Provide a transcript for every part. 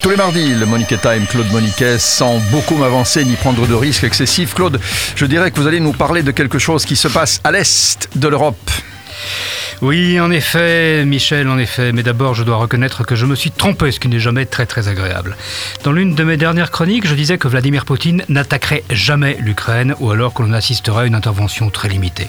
Tous les mardis, le Monique Time, Claude Moniquet, sans beaucoup m'avancer ni prendre de risques excessifs. Claude, je dirais que vous allez nous parler de quelque chose qui se passe à l'est de l'Europe. Oui, en effet, Michel, en effet. Mais d'abord, je dois reconnaître que je me suis trompé, ce qui n'est jamais très très agréable. Dans l'une de mes dernières chroniques, je disais que Vladimir Poutine n'attaquerait jamais l'Ukraine, ou alors que l'on assisterait à une intervention très limitée.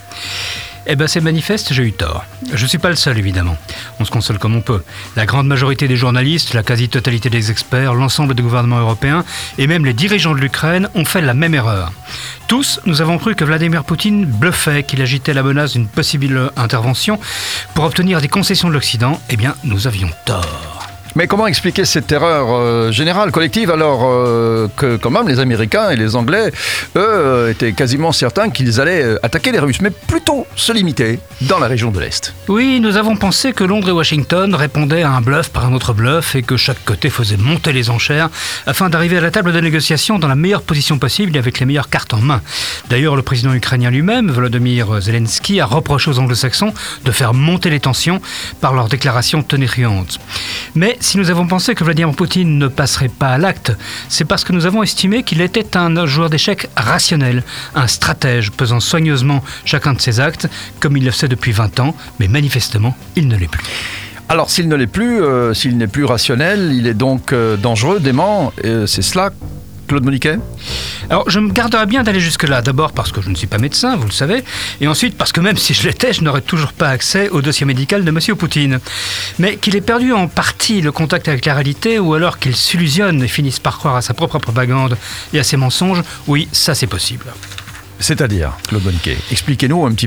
Eh bien, c'est manifeste, j'ai eu tort. Je ne suis pas le seul, évidemment. On se console comme on peut. La grande majorité des journalistes, la quasi-totalité des experts, l'ensemble des gouvernements européens et même les dirigeants de l'Ukraine ont fait la même erreur. Tous, nous avons cru que Vladimir Poutine bluffait, qu'il agitait la menace d'une possible intervention pour obtenir des concessions de l'Occident. Eh bien, nous avions tort. Mais comment expliquer cette erreur générale, collective, alors que quand même les Américains et les Anglais, eux, étaient quasiment certains qu'ils allaient attaquer les Russes, mais plutôt se limiter dans la région de l'Est. Oui, nous avons pensé que Londres et Washington répondaient à un bluff par un autre bluff et que chaque côté faisait monter les enchères afin d'arriver à la table de négociation dans la meilleure position possible et avec les meilleures cartes en main. D'ailleurs, le président ukrainien lui-même, Volodymyr Zelensky, a reproché aux anglo-saxons de faire monter les tensions par leurs déclarations tonitruantes. Mais si nous avons pensé que Vladimir Poutine ne passerait pas à l'acte, c'est parce que nous avons estimé qu'il était un joueur d'échecs rationnel, un stratège pesant soigneusement chacun de ses actes, comme il le sait depuis 20 ans, mais manifestement, il ne l'est plus. Alors, s'il ne l'est plus, s'il n'est plus rationnel, il est donc dangereux, dément, c'est cela, Claude Moniquet ? Alors, je me garderais bien d'aller jusque-là. D'abord parce que je ne suis pas médecin, vous le savez. Et ensuite parce que même si je l'étais, je n'aurais toujours pas accès au dossier médical de M. Poutine. Mais qu'il ait perdu en partie le contact avec la réalité, ou alors qu'il s'illusionne et finisse par croire à sa propre propagande et à ses mensonges, oui, ça c'est possible. C'est-à-dire, Claude Moniquet, expliquez-nous un petit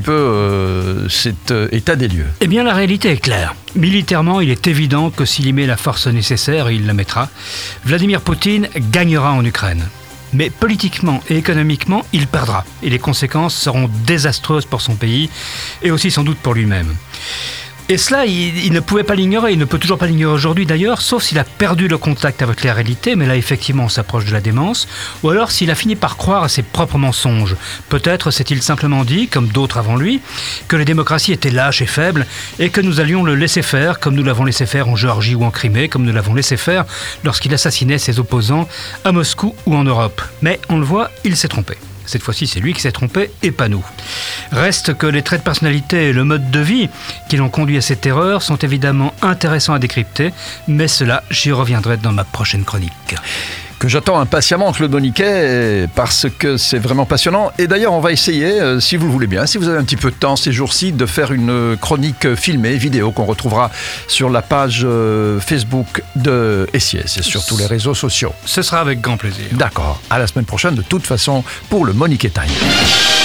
peu cet état des lieux. Eh bien, la réalité est claire. Militairement, il est évident que s'il y met la force nécessaire, et il la mettra, Vladimir Poutine gagnera en Ukraine. Mais politiquement et économiquement, il perdra. Et les conséquences seront désastreuses pour son pays, et aussi sans doute pour lui-même. Et cela, il ne pouvait pas l'ignorer, il ne peut toujours pas l'ignorer aujourd'hui d'ailleurs, sauf s'il a perdu le contact avec la réalité, mais là effectivement on s'approche de la démence, ou alors s'il a fini par croire à ses propres mensonges. Peut-être s'est-il simplement dit, comme d'autres avant lui, que les démocraties étaient lâches et faibles, et que nous allions le laisser faire, comme nous l'avons laissé faire en Géorgie ou en Crimée, comme nous l'avons laissé faire lorsqu'il assassinait ses opposants à Moscou ou en Europe. Mais on le voit, il s'est trompé. Cette fois-ci, c'est lui qui s'est trompé et pas nous. Reste que les traits de personnalité et le mode de vie qui l'ont conduit à cette erreur sont évidemment intéressants à décrypter, mais cela, j'y reviendrai dans ma prochaine chronique. Que j'attends impatiemment, Claude Moniquet, parce que c'est vraiment passionnant. Et d'ailleurs, on va essayer, si vous le voulez bien, si vous avez un petit peu de temps ces jours-ci, de faire une chronique filmée, vidéo, qu'on retrouvera sur la page Facebook de SIS et sur tous les réseaux sociaux. Ce sera avec grand plaisir. D'accord. À la semaine prochaine, de toute façon, pour le Moniquet Time.